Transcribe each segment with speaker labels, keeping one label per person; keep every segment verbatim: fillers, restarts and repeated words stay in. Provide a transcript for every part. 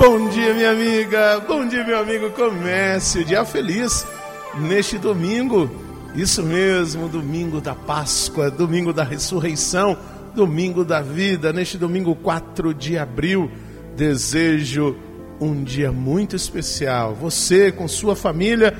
Speaker 1: Bom dia, minha amiga, bom dia, meu amigo. Comece o dia feliz neste domingo, isso mesmo, domingo da Páscoa, domingo da ressurreição, domingo da vida. Neste domingo quatro de abril, desejo um dia muito especial. Você com sua família,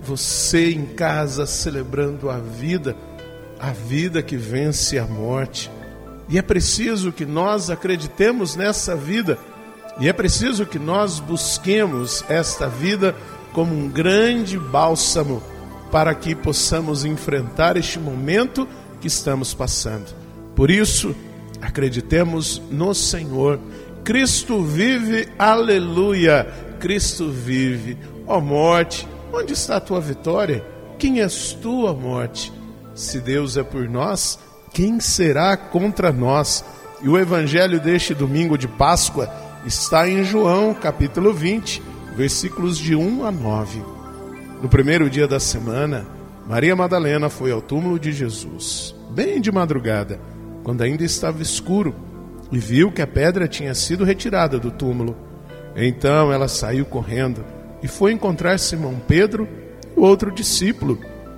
Speaker 1: você em casa celebrando a vida, a vida que vence a morte. E é preciso que nós acreditemos nessa vida, e é preciso que nós busquemos esta vida como um grande bálsamo para que possamos enfrentar este momento que estamos passando. Por isso, acreditemos no Senhor. Cristo vive, aleluia! Cristo vive. Ó morte, onde está a tua vitória? Quem és tu, ó morte? Se Deus é por nós, quem será contra nós? E o evangelho deste domingo de Páscoa está em João, capítulo vinte, versículos de um a nove. No primeiro dia da semana, Maria Madalena foi ao túmulo de Jesus, bem de madrugada, quando ainda estava escuro, e viu que a pedra tinha sido retirada do túmulo. Então ela saiu correndo e foi encontrar Simão Pedro e o outro discípulo,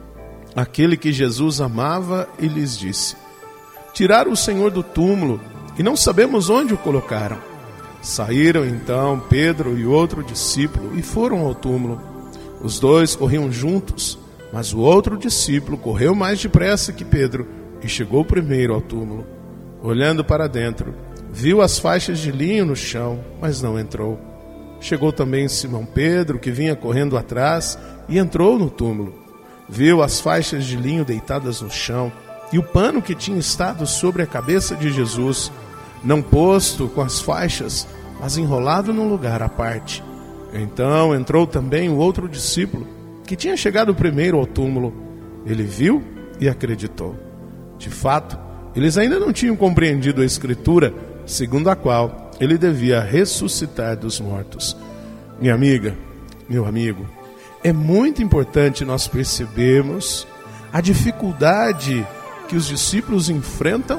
Speaker 1: aquele que Jesus amava, e lhes disse: tiraram o Senhor do túmulo e não sabemos onde o colocaram. Saíram então Pedro e o outro discípulo e foram ao túmulo. Os dois corriam juntos, mas o outro discípulo correu mais depressa que Pedro e chegou primeiro ao túmulo. Olhando para dentro, viu as faixas de linho no chão, mas não entrou. Chegou também Simão Pedro, que vinha correndo atrás, e entrou no túmulo. Viu as faixas de linho deitadas no chão e o pano que tinha estado sobre a cabeça de Jesus, não posto com as faixas, mas enrolado num lugar à parte. Então entrou também o outro discípulo, que tinha chegado primeiro ao túmulo. Ele viu e acreditou. De fato, eles ainda não tinham compreendido a Escritura, segundo a qual ele devia ressuscitar dos mortos. Minha amiga, meu amigo, é muito importante nós percebermos a dificuldade que os discípulos enfrentam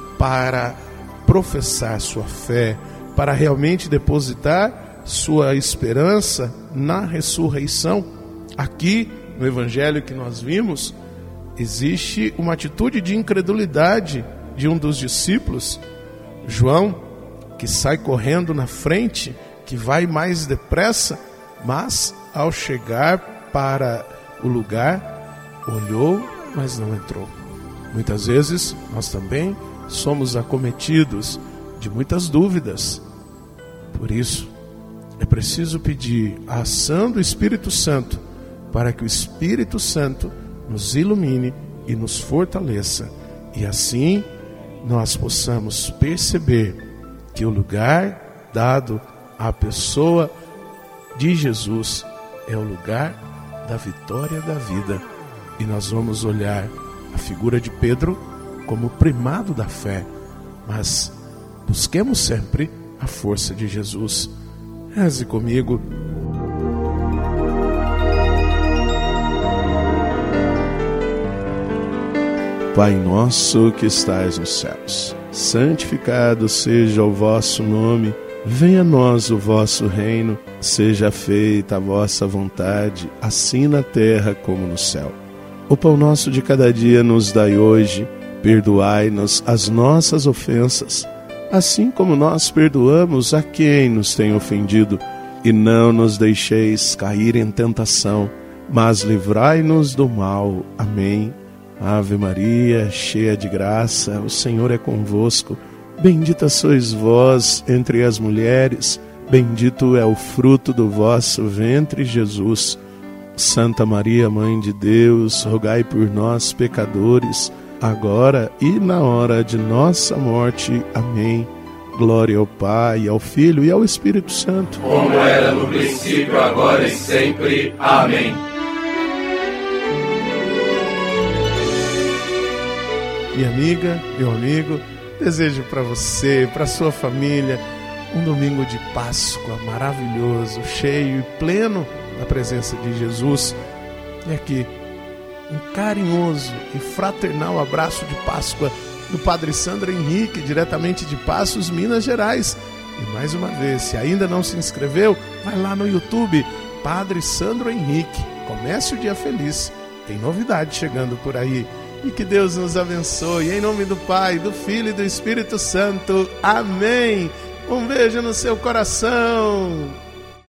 Speaker 1: para professar sua fé, para realmente depositar sua esperança na ressurreição. Aqui no evangelho que nós vimos, existe uma atitude de incredulidade de um dos discípulos, João, que sai correndo na frente, que vai mais depressa, mas ao chegar para o lugar, olhou, mas não entrou. Muitas vezes nós também somos acometidos de muitas dúvidas. Por isso, é preciso pedir a ação do Espírito Santo, para que o Espírito Santo nos ilumine e nos fortaleça, e assim nós possamos perceber que o lugar dado à pessoa de Jesus é o lugar da vitória da vida. E nós vamos olhar a figura de Pedro como primado da fé, mas busquemos sempre a força de Jesus. Reze comigo. Pai nosso que estais nos céus, santificado seja o vosso nome. Venha a nós o vosso reino, seja feita a vossa vontade, assim na terra como no céu. O pão nosso de cada dia nos dai hoje. Perdoai-nos as nossas ofensas, assim como nós perdoamos a quem nos tem ofendido. E não nos deixeis cair em tentação, mas livrai-nos do mal. Amém. Ave Maria, cheia de graça, o Senhor é convosco. Bendita sois vós entre as mulheres, bendito é o fruto do vosso ventre, Jesus. Santa Maria, Mãe de Deus, rogai por nós, pecadores, agora e na hora de nossa morte. Amém. Glória ao Pai, ao Filho e ao Espírito Santo,
Speaker 2: como era no princípio, agora e sempre. Amém.
Speaker 1: Minha amiga, meu amigo, desejo para você, para sua família, um domingo de Páscoa maravilhoso, cheio e pleno da presença de Jesus. E aqui, um carinhoso e fraternal abraço de Páscoa do Padre Sandro Henrique, diretamente de Passos, Minas Gerais. E mais uma vez, se ainda não se inscreveu, vai lá no YouTube, Padre Sandro Henrique. Comece o dia feliz. Tem novidade chegando por aí. E que Deus nos abençoe. Em nome do Pai, do Filho e do Espírito Santo. Amém. Um beijo no seu coração.